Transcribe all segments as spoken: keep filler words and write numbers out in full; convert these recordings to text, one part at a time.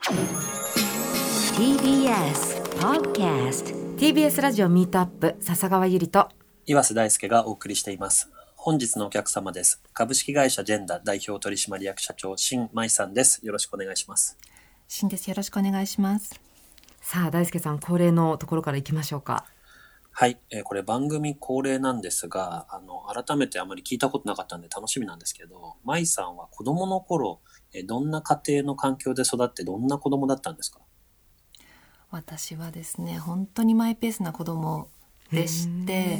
ティービーエス Podcast ティービーエス ラジオミートアップ笹川ゆりと岩瀬大輔がお送りしています。本日のお客様です。株式会社ジェンダ代表取締役社長新舞さんです。よろしくお願いします。 新です。よろしくお願いします。 さあ大輔さん、恒例のところからいきましょうか。 はい、えー、これ番組恒例なんですが、あの改めてあまり聞いたことなかったんで楽しみなんですけど、舞さんは子供の頃、えー、どんな家庭の環境で育ってどんな子供だったんですか？ 私はですね、本当にマイペースな子供でして、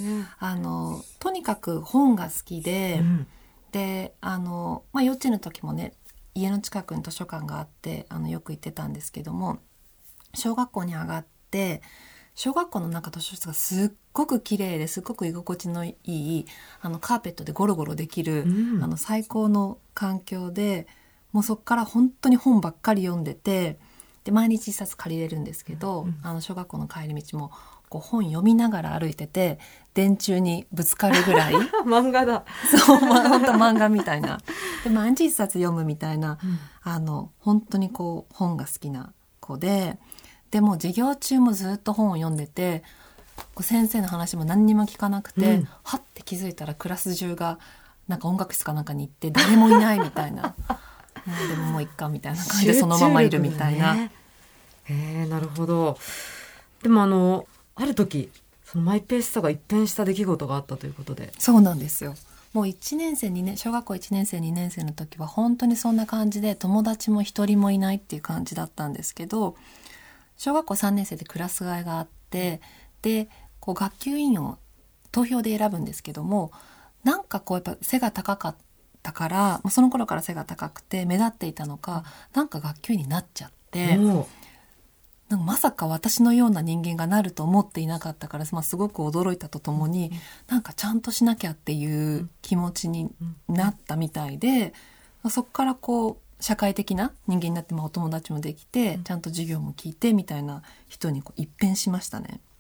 あのとにかく本が好きで、うん、であの、まあ、幼稚園の時もね、家の近くに図書館があってあのよく行ってたんですけども、小学校に上がって小学校の中図書室がすっごく綺麗ですっごく居心地のいいあのカーペットでゴロゴロできる、うん、あの最高の環境で、もうそこから本当に本ばっかり読んでて、で毎日一冊借りれるんですけど、うん、あの小学校の帰り道もこう本読みながら歩いてて電柱にぶつかるぐらい漫画だ。 そう、まあ、本当漫画みたいなで毎日一冊読むみたいな、うん、あの本当にこう本が好きな子で、でも授業中もずっと本を読んでて、こう先生の話も何にも聞かなくて、うん、はって気づいたらクラス中がなんか音楽室かなんかに行って誰もいないみたいなもうでももういっかみたいな感じでそのままいるみたいな、ね、 へー、なるほど。でもあのある時そのマイペースさが一変した出来事があったということで。 そうなんですよ。もういちねん生にねん小学校いちねん生にねん生の時は本当にそんな感じで、友達も一人もいないっていう感じだったんですけど、小学校さんねん生でクラス替えがあって、でこう学級委員を投票で選ぶんですけども、なんかこうやっぱ背が高かったから、その頃から背が高くて目立っていたのか、なんか学級委員になっちゃって、なんかまさか私のような人間がなると思っていなかったから、まあ、すごく驚いたとともに、なんかちゃんとしなきゃっていう気持ちになったみたいで、そこからこう社会的な人間になって、まあ、お友達もできてちゃんと授業も聞いてみたいな人にこう一変しましたね。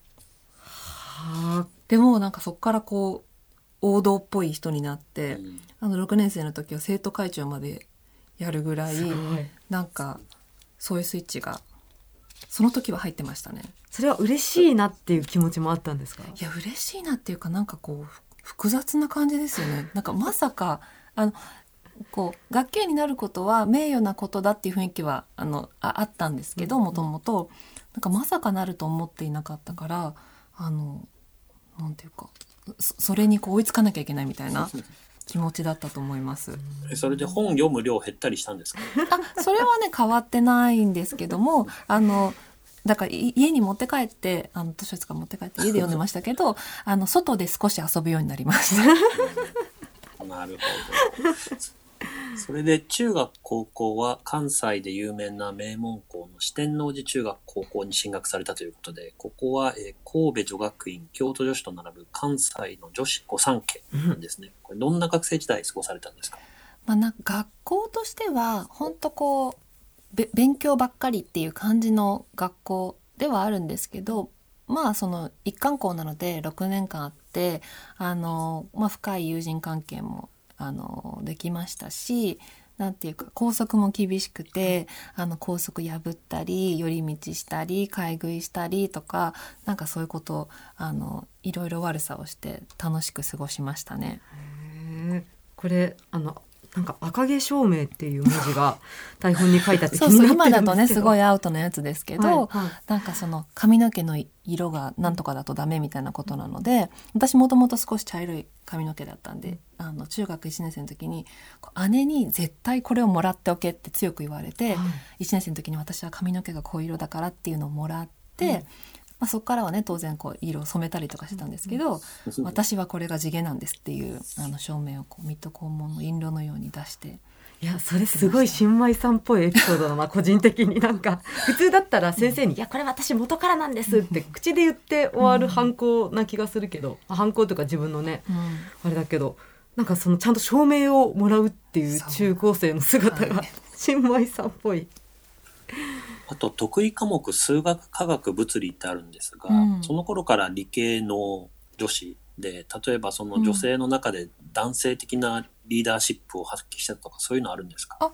はあ、でもなんかそこからこう王道っぽい人になって、うん、あのろくねん生の時は生徒会長までやるぐらい、なんかそういうスイッチがその時は入ってましたね。 それは嬉しいなっていう気持ちもあったんですか？ いや嬉しいなっていうか、なんかこう複雑な感じですよね。なんかまさかあのこう学級委員になることは名誉なことだっていう雰囲気は あの あ, あったんですけど、もともとなんかまさかなると思っていなかったから、あのなんていうか そ, それにこう追いつかなきゃいけないみたいな気持ちだったと思います。 それで本読む量減ったりしたんですか？ あ、それはね変わってないんですけども、あのだから家に持って帰ってあの図書室から持って帰って家で読んでましたけどあの外で少し遊ぶようになりました。 なるほど。それで中学高校は関西で有名な名門校の四天王寺中学高校に進学されたということで、ここは、えー、神戸女学院京都女子と並ぶ関西の女子御三家なんですね。これどんな学生時代過ごされたんですか？ まあ、なんか学校としては本当こうべ勉強ばっかりっていう感じの学校ではあるんですけど、まあその一貫校なのでろくねんかんあって、あの、まあ、深い友人関係もあのできましたし、なんていうか校則も厳しくて、あの校則破ったり寄り道したり買い食いしたりとか、なんかそういうことをあのいろいろ悪さをして楽しく過ごしましたね。 へー、これあのなんか赤毛証明っていう文字が台本に書いてあって気になってるんですけど、 そうそう、今だとねすごいアウトのやつですけど、はいはい、なんかその髪の毛の色がなんとかだとダメみたいなことなので、私もともと少し茶色い髪の毛だったんで、あの中学いちねん生の時に姉に絶対これをもらっておけって強く言われて、はい、いちねん生の時に私は髪の毛がこういう色だからっていうのをもらって、うん、まあ、そこからはね当然こう色を染めたりとかしてたんですけど、うん、私はこれが地毛なんですっていうあの証明をこう水戸黄門の印籠のように出して、 いやそれすごい新米さんっぽいエピソードだな個人的に。なんか普通だったら先生に、うん、いやこれ私元からなんですって口で言って終わる反抗な気がするけど、うん、反抗というか自分のね、うん、あれだけど、なんかそのちゃんと証明をもらうっていう中高生の姿が新米さんっぽい。 あと得意科目数学科学物理ってあるんですが、うん、その頃から理系の女子で、例えばその女性の中で男性的なリーダーシップを発揮したとか、そういうのあるんですか？ あ、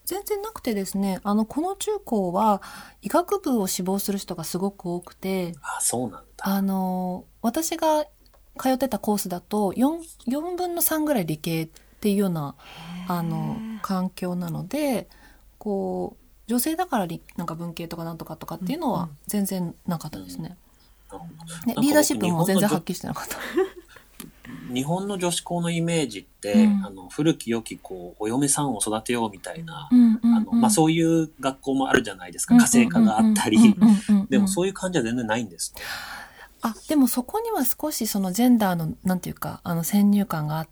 全然なくてですね、あのこの中高は医学部を志望する人がすごく多くて、 あ、そうなんだ。 あの私が通ってたコースだと 4, よんぶんのさんぐらい理系っていうようなあの環境なので、こう女性だからなんか文系とかなんとかとかっていうのは全然なかったですね。 うんうんね、リーダーシップも全然発揮してなかった。 日本の女子校のイメージって、うん、あの古き良きこうお嫁さんを育てようみたいな、うんうんうん、あのまあ、そういう学校もあるじゃないですか。家政科があったり、でもそういう感じは全然ないんです。 あ、でもそこには少しそのジェンダーのなんていうかあの先入観があって、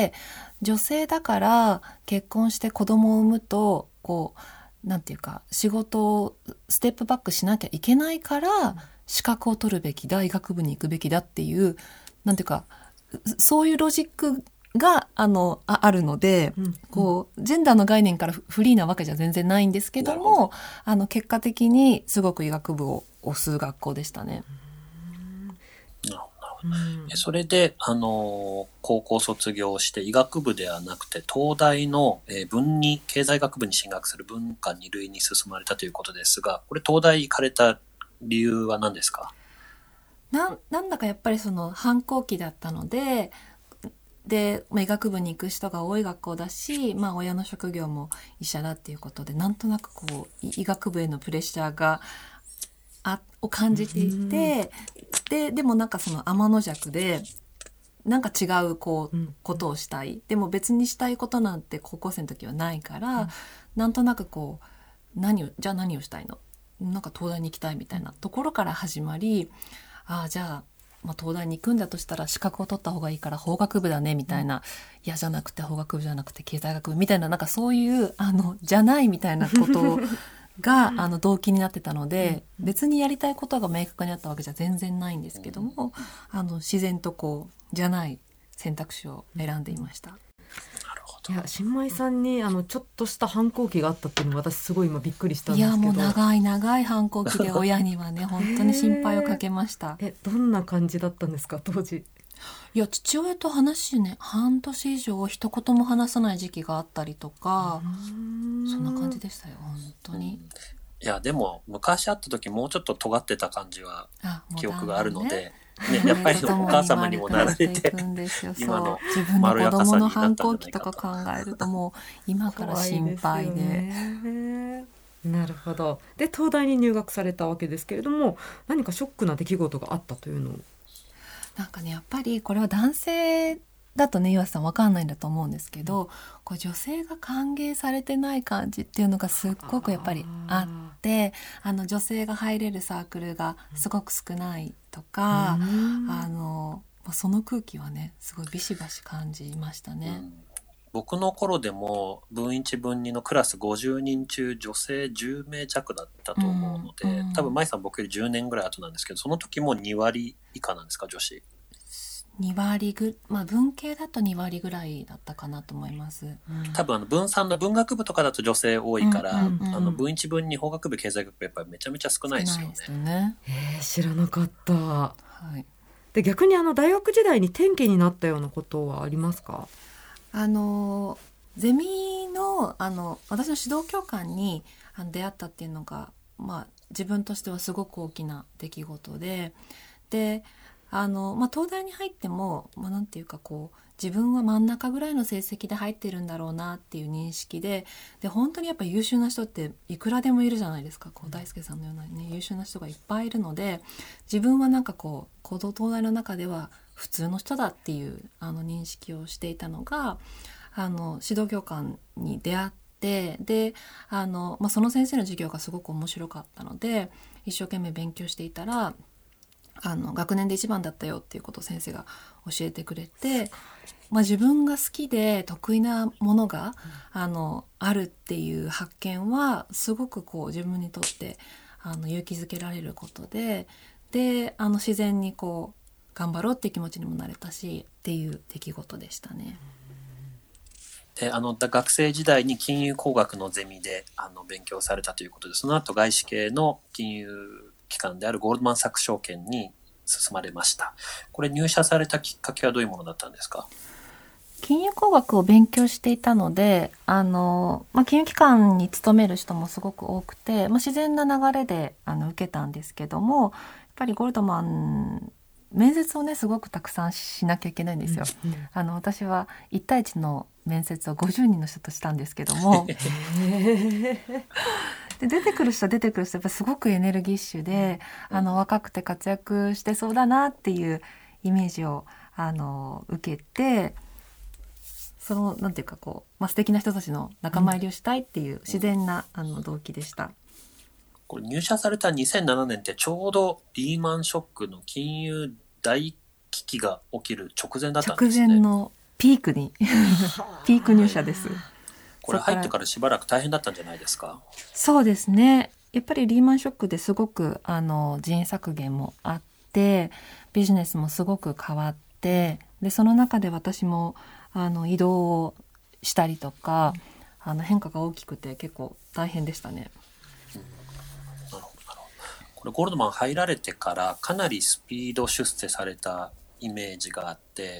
女性だから結婚して子供を産むとこうなんていうか仕事をステップバックしなきゃいけないから資格を取るべきだ、医学部に行くべきだっていうなんていうかそういうロジックが あの あ, あるので、うんうん、こうジェンダーの概念からフリーなわけじゃ全然ないんですけども、あの結果的にすごく医学部を推す学校でしたね。 なるほど、うん、それで、あの高校卒業して医学部ではなくて東大の、えー、文に経済学部に進学する文科二類に進まれたということですが、これ東大行かれた理由は何ですか？ な, なんだかやっぱりその反抗期だったので、で、まあ、医学部に行く人が多い学校だし、まあ、親の職業も医者だっていうことでなんとなくこう医学部へのプレッシャーがあを感じていて、で, でもなんかその天の弱でなんか違うこうことをしたい、でも別にしたいことなんて高校生の時はないから、うん、なんとなくこう何をじゃあ何をしたいの、なんか東大に行きたいみたいなところから始まり、ああじゃあ、まあ、東大に行くんだとしたら資格を取った方がいいから法学部だねみたいな、いやじゃなくて法学部じゃなくて経済学部みたいな、なんかそういうあのじゃないみたいなことがあの動機になってたので、別にやりたいことが明確にあったわけじゃ全然ないんですけども、あの自然とこうじゃない選択肢を選んでいました。 いや新米さんにあのちょっとした反抗期があったっていうのも私すごい今びっくりしたんですけど、 いやもう長い長い反抗期で親にはね本当に心配をかけました。 えどんな感じだったんですか当時？ いや父親と話ね半年以上一言も話さない時期があったりとか、そんな感じでしたよ本当に。 いやでも昔会った時もうちょっと尖ってた感じは記憶があるので、ね、 ね、 やっぱりお母様にもなられて今のまろやかさになったんじゃないかと。自分の子供の反抗期とか考えるともう今から心配 で, でね。なるほど。で東大に入学されたわけですけれども、何かショックな出来事があったというのを。 なんかねやっぱりこれは男性だとね岩瀬さん分かんないんだと思うんですけど、こう女性が歓迎されてない感じっていうのがすっごくやっぱりあって、あの女性が入れるサークルがすごく少ないとか、あのその空気はねすごいビシバシ感じましたね。うん、 僕の頃でも文いち文にのクラスごじゅうにん中女性じゅうめい弱だったと思うので、うんうん、多分舞さん僕よりじゅうねんぐらい後なんですけど、その時もに割以下なんですか女子？ に割ぐ、まあ、文系だとに割ぐらいだったかなと思います、うん、 多分あの文さんの文学部とかだと女性多いから、うんうんうん、あの文いち文に法学部経済学部やっぱりめちゃめちゃ少ないですよね。 少ないですね。 えー、知らなかった、 はい、 で逆にあの大学時代に転機になったようなことはありますか？ あのゼミ の, あの私の指導教官にあの出会ったっていうのが、まあ、自分としてはすごく大きな出来事で、であの、まあ、東大に入っても、まあ、なんていうかこう自分は真ん中ぐらいの成績で入ってるんだろうなっていう認識で、で本当にやっぱり優秀な人っていくらでもいるじゃないですか。こう大輔さんのような、ね、優秀な人がいっぱいいるので、自分はなんかこう行動東大の中では普通の人だっていうあの認識をしていたのが、あの指導教官に出会って、であの、まあ、その先生の授業がすごく面白かったので一生懸命勉強していたら、あの学年で一番だったよっていうことを先生が教えてくれて、まあ、自分が好きで得意なものが、うん、あのあるっていう発見はすごくこう自分にとってあの勇気づけられることで、であの自然にこう頑張ろうっていう気持ちにもなれたしっていう出来事でしたね。 であの学生時代に金融工学のゼミであの勉強されたということで、その後外資系の金融機関であるゴールドマンサックス証券に進まれました。これ入社されたきっかけはどういうものだったんですか？ 金融工学を勉強していたので、あの、まあ、金融機関に勤める人もすごく多くて、まあ、自然な流れであの受けたんですけども、やっぱりゴールドマン面接をねすごくたくさんしなきゃいけないんですよ。 うんうん、 あの私はいち対いちの面接をごじゅうにんの人としたんですけどもで出てくる人出てくる人やっぱすごくエネルギッシュで、あの若くて活躍してそうだなっていうイメージをあの受けて、そのなんていうかこう、まあ、素敵な人たちの仲間入りをしたいっていう自然な、うん、あの動機でした。 これ入社されたにせんななねんってちょうどリーマンショックの金融大危機が起きる直前だったんですね。 直前のピークにピーク入社です。 これ入ってからしばらく大変だったんじゃないですか？ そうですね。やっぱりリーマンショックですごくあの人員削減もあって、ビジネスもすごく変わって、でその中で私もあの移動をしたりとか、あの変化が大きくて結構大変でしたね。 うん、なるほどなるほど。これゴールドマン入られてからかなりスピード出世されたイメージがあって、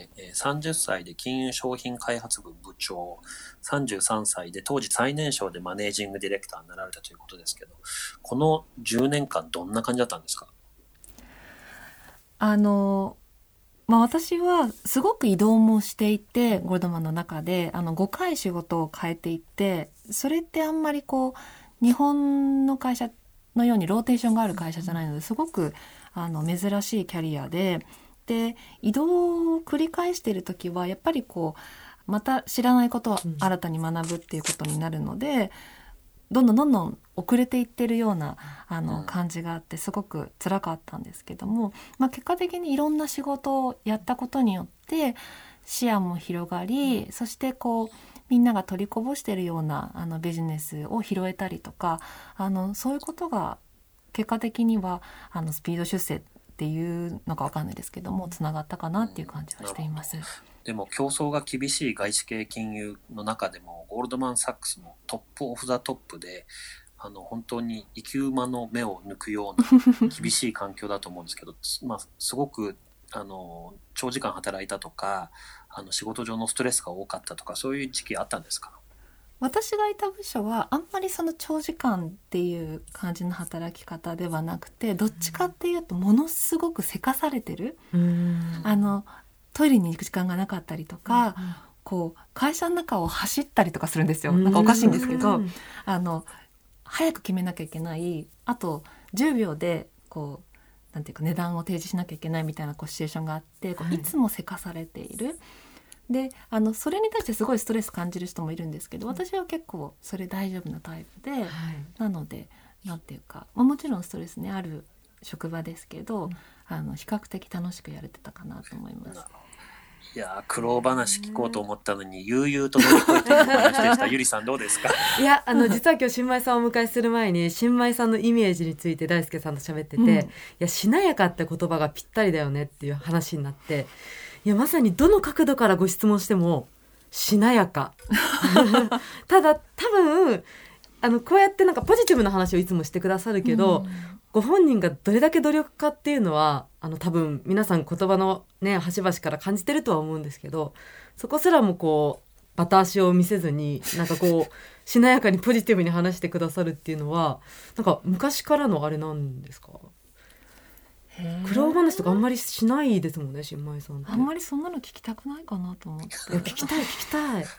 さんじゅっさいで金融商品開発部部長、さんじゅうさんさいで当時最年少でマネージングディレクターになられたということですけど、このじゅうねんかんどんな感じだったんですか？ あの、まあ、私はすごく移動もしていて、ゴールドマンの中であのごかい仕事を変えていて、それってあんまりこう日本の会社のようにローテーションがある会社じゃないので、すごくあの珍しいキャリアで、で移動を繰り返している時はやっぱりこうまた知らないことを新たに学ぶっていうことになるので、どんどんどんどん遅れていってるようなあの感じがあって、すごく辛かったんですけども、まあ、結果的にいろんな仕事をやったことによって視野も広がり、そしてこうみんなが取りこぼしているようなあのビジネスを拾えたりとか、あのそういうことが結果的にはあのスピード出世っていうのか分かんないですけどもつながったかなっていう感じはしています。 でも競争が厳しい外資系金融の中でもゴールドマン・サックスもトップオフザトップで、あの本当に生き馬の目を抜くような厳しい環境だと思うんですけどまあすごくあの長時間働いたとか、あの仕事上のストレスが多かったとか、そういう時期あったんですか？ 私がいた部署はあんまりその長時間っていう感じの働き方ではなくて、どっちかっていうとものすごくせかされてる、あのトイレに行く時間がなかったりとか、こう会社の中を走ったりとかするんですよ。なんかおかしいんですけど、あの早く決めなきゃいけない、あとじゅうびょうでこうなんていうか値段を提示しなきゃいけないみたいなこうシチュエーションがあって、こういつもせかされている。であのそれに対してすごいストレス感じる人もいるんですけど、私は結構それ大丈夫なタイプで、はい、なのでなんていうか、まあ、もちろんストレスねある職場ですけど、うん、あの比較的楽しくやれてたかなと思います。 いや苦労話聞こうと思ったのに悠々と乗り越えているお話でした。ゆりさんどうですか？ いやあの実は今日新米さんをお迎えする前に新米さんのイメージについて大輔さんと喋ってて、うん、いやしなやかって言葉がぴったりだよねっていう話になって、いやまさにどの角度からご質問してもしなやかただ多分あのこうやってなんかポジティブな話をいつもしてくださるけど、うん、ご本人がどれだけ努力家っていうのはあの多分皆さん言葉のね端々から感じてるとは思うんですけど、そこすらもこうバタ足を見せずになんかこうしなやかにポジティブに話してくださるっていうのはなんか昔からのあれなんですか？苦労話とかあんまりしないですもんね、新米さんって。 あんまりそんなの聞きたくないかなと思って。 いや聞きたい聞きたい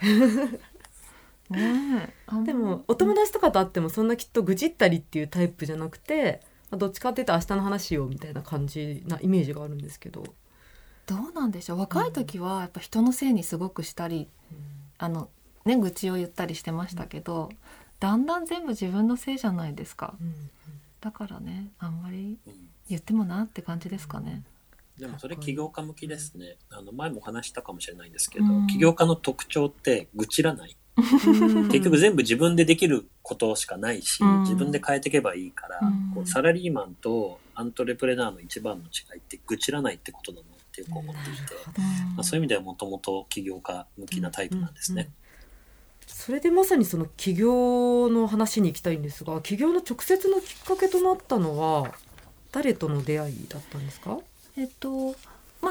ねえ、でもお友達とかと会ってもそんなきっと愚痴ったりっていうタイプじゃなくて、どっちかっていうと明日の話をみたいな感じなイメージがあるんですけど、 どうなんでしょう。若い時はやっぱ人のせいにすごくしたり、うん、あのね愚痴を言ったりしてましたけど、うん、だんだん全部自分のせいじゃないですか、うんうん、だからねあんまり言ってもなって感じですかね。 でもそれ起業家向きですね。あの前も話したかもしれないんですけど、うん、起業家の特徴って愚痴らない結局全部自分でできることしかないし、うん、自分で変えていけばいいから、うん、こうサラリーマンとアントレプレナーの一番の違いって愚痴らないってことだなってよく思っていて、まあ、そういう意味ではもともと起業家向きなタイプなんですね、うんうんうん。 それでまさにその起業の話に行きたいんですが、起業の直接のきっかけとなったのは誰との出会いだったんですか？ えっとまあ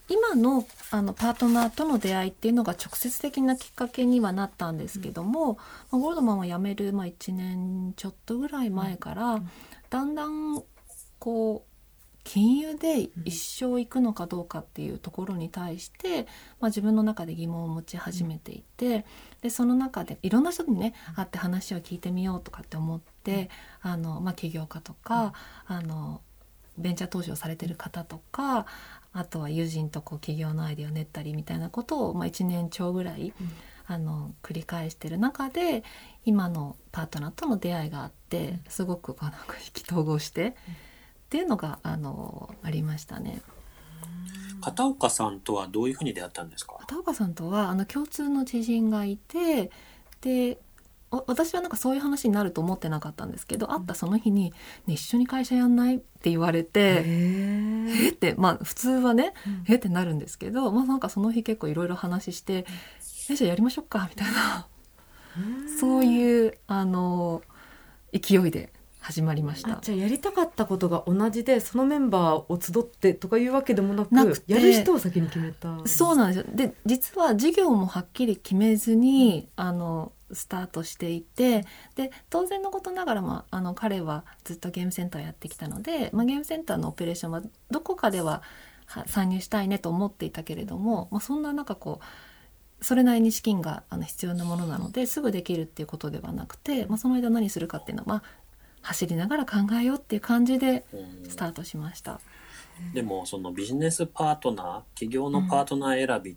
今の、あのパートナーとの出会いっていうのが直接的なきっかけにはなったんですけども、まあ、ゴールドマンを辞める、まあ、いちねんちょっとぐらい前から、だんだんこう金融で一生行くのかどうかっていうところに対して、まあ、自分の中で疑問を持ち始めていて、でその中でいろんな人にね会って話を聞いてみようとかって思って、あの、まあ、起業家とか、あのベンチャー投資をされてる方とか、あとは友人とこう起業のアイデアを練ったりみたいなことを、まあ、いちねんちょぐらい、うん、あの繰り返してる中で今のパートナーとの出会いがあって、すごくこうなんか意気投合して、うんっていうのが あのありましたね。 片岡さんとはどういうふうに出会ったんですか？ 片岡さんとはあの共通の知人がいて、で私はなんかそういう話になると思ってなかったんですけど、会ったその日に、ね、一緒に会社やんないって言われて、えって、まあ普通はね、うん、えってなるんですけど、まあ、なんかその日結構いろいろ話して、えじゃあやりましょうかみたいな、そういうあの勢いで始まりました。 あ、じゃあやりたかったことが同じで、そのメンバーを集ってとかいうわけでもなく、なくてやる人を先に決めた。 そうなんですよ。で実は事業もはっきり決めずに、うん、あのスタートしていて、で当然のことながら、まあ、あの彼はずっとゲームセンターやってきたので、まあ、ゲームセンターのオペレーションはどこかでは参入したいねと思っていたけれども、まあ、そんな中こうそれなりに資金があの必要なものなのですぐできるっていうことではなくて、まあ、その間何するかっていうのは、まあ走りながら考えようっていう感じでスタートしました。 でもそのビジネスパートナー、企業のパートナー選びって、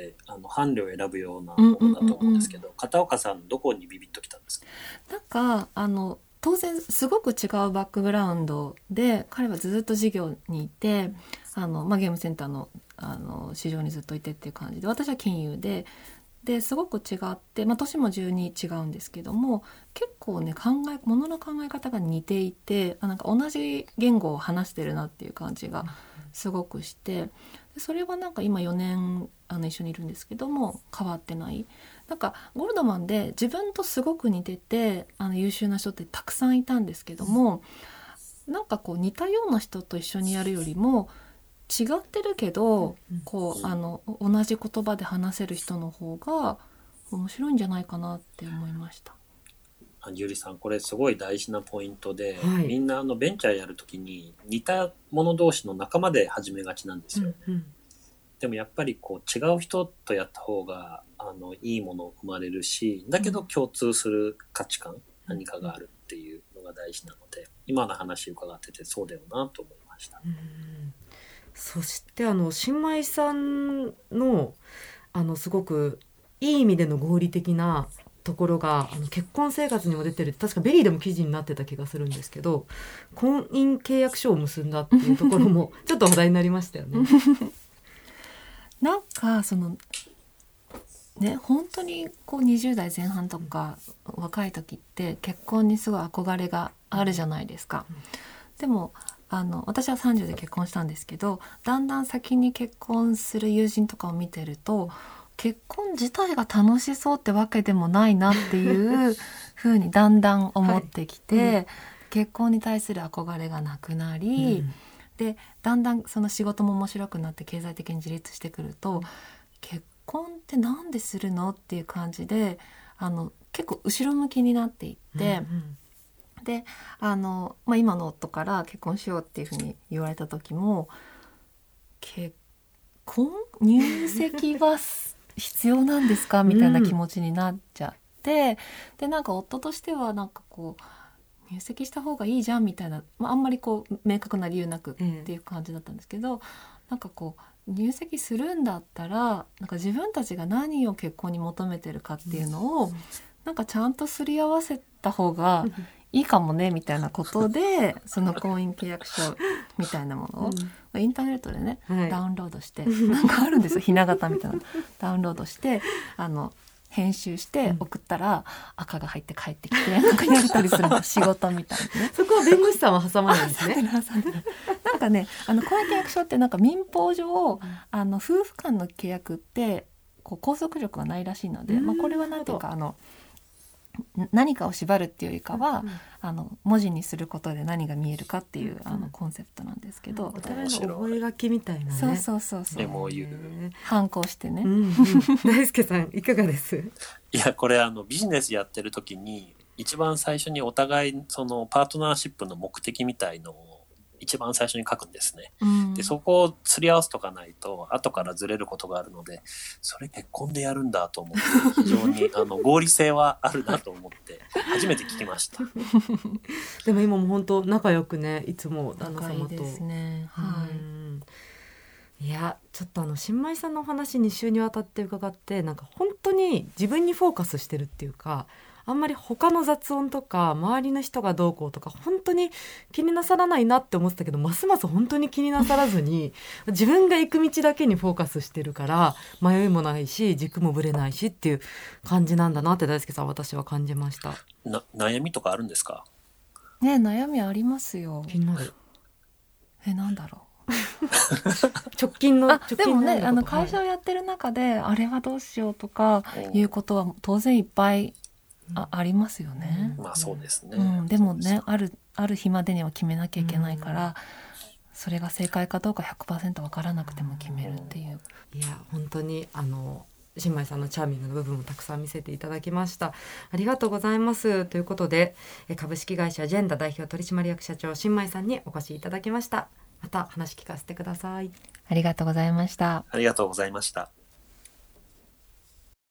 うん、あの伴侶を選ぶようなものだと思うんですけど、うんうんうんうん、片岡さんどこにビビッときたんですか？ なんかあの当然すごく違うバックグラウンドで、彼はずっと事業にいて、あの、まあ、ゲームセンター の, あの市場にずっといてっていう感じで、私は金融でですごく違って、まあ、年もじゅうに違うんですけども、結構ね考え物の考え方が似ていて、あなんか同じ言語を話してるなっていう感じがすごくして、それはなんか今よねんあの一緒にいるんですけども変わってない。なんかゴールドマンで自分とすごく似てて、あの優秀な人ってたくさんいたんですけども、なんかこう似たような人と一緒にやるよりも違ってるけど、こうあの同じ言葉で話せる人の方が面白いんじゃないかなって思いました。 ゆりさん、これすごい大事なポイントで、 はい、 みんなあのベンチャーやるときに似た者同士の仲間で始めがちなんですよ、 うんうん、 でもやっぱりこう違う人とやった方があのいいもの生まれるし、だけど共通する価値観、うん、何かがあるっていうのが大事なので、今の話伺っててそうだよなと思いました。 うん、そしてあの新米さんのあのすごくいい意味での合理的なところが、あの結婚生活にも出てる、確かベリーでも記事になってた気がするんですけど、婚姻契約書を結んだっていうところもちょっと話題になりましたよね。 なんかそのね、本当にこうにじゅう代前半とか若い時って結婚にすごい憧れがあるじゃないですか。でもあの私はさんじゅうで結婚したんですけど、だんだん先に結婚する友人とかを見てると、結婚自体が楽しそうってわけでもないなっていう風にだんだん思ってきて、はい、うん、結婚に対する憧れがなくなり、うん、でだんだんその仕事も面白くなって経済的に自立してくると、結婚ってなんでするのっていう感じで、あの結構後ろ向きになっていって、うんうん、であの、まあ、今の夫から結婚しようっていう風に言われた時も、結婚入籍は必要なんですかみたいな気持ちになっちゃって、うん、でなんか夫としてはなんかこう入籍した方がいいじゃんみたいな、まあ、あんまりこう明確な理由なくっていう感じだったんですけど、うん、なんかこう入籍するんだったらなんか自分たちが何を結婚に求めてるかっていうのを、うん、なんかちゃんとすり合わせた方がいいかもねみたいなことでその婚姻契約書みたいなものを、うん、インターネットでね、はい、ダウンロードしてなんかあるんですよ、ひな形みたいなダウンロードしてあの編集して送ったら、うん、赤が入って帰ってきてなんかやれたりするの仕事みたいなね。 そこは弁護士さんは挟まないんですね。 挟んでる挟んでるなんかね、あの婚姻契約書ってなんか民法上、うん、あの夫婦間の契約ってこう拘束力がないらしいので、まあ、これはなんていうかあの何かを縛るっていうよりかは、 うんあの文字にすることで何が見えるかっていうあのコンセプトなんですけど、 お互いの覚書きみたいなね。 そうそうそうそう、 メモを言う。 反抗してね、 うんうん、大輔さんいかがです？ いやこれあのビジネスやってる時に一番最初にお互いそのパートナーシップの目的みたいのを一番最初に書くんですね。 うん、 でそこをすり合わせとかないと後からずれることがあるので、それ結婚でやるんだと思って非常にあの合理性はあるなと思って初めて聞きました。 でも今も本当仲良くね、いつも旦那様と。 仲いいですね、はい、 うんいやちょっとあの新米さんのお話に週にわたって伺って、なんか本当に自分にフォーカスしてるっていうか、あんまり他の雑音とか周りの人がどうこうとか本当に気になさらないなって思ってたけど、ますます本当に気になさらずに自分が行く道だけにフォーカスしてるから迷いもないし軸もぶれないしっていう感じなんだなって大輔さん私は感じました。 な悩みとかあるんですか？ ね、悩みありますよ。 気になる。 え、なんだろう直近のあ直でもね、 近のことあの会社をやってる中で、あれはどうしようとかいうことは当然いっぱい あ,、ありますよね、 まあそうですね、 うん、でもねある、ある日までには決めなきゃいけないから、うん、それが正解かどうか ひゃくパーセント 分からなくても決めるっていう、 いや本当にあの新米さんのチャーミングな部分もたくさん見せていただきました。ありがとうございます。ということで株式会社ジェンダ代表取締役社長新米さんにお越しいただきました。また話聞かせてください。 ありがとうございました。 ありがとうございました。